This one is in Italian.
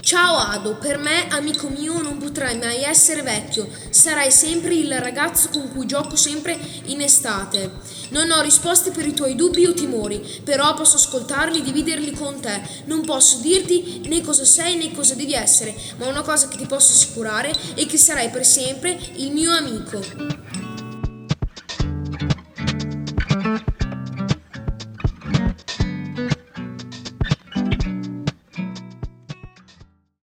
Ciao Ado, per me, amico mio, non potrai mai essere vecchio, sarai sempre il ragazzo con cui gioco sempre in estate. Non ho risposte per i tuoi dubbi o timori, però posso ascoltarli e dividerli con te. Non posso dirti né cosa sei né cosa devi essere, ma una cosa che ti posso assicurare è che sarai per sempre il mio amico.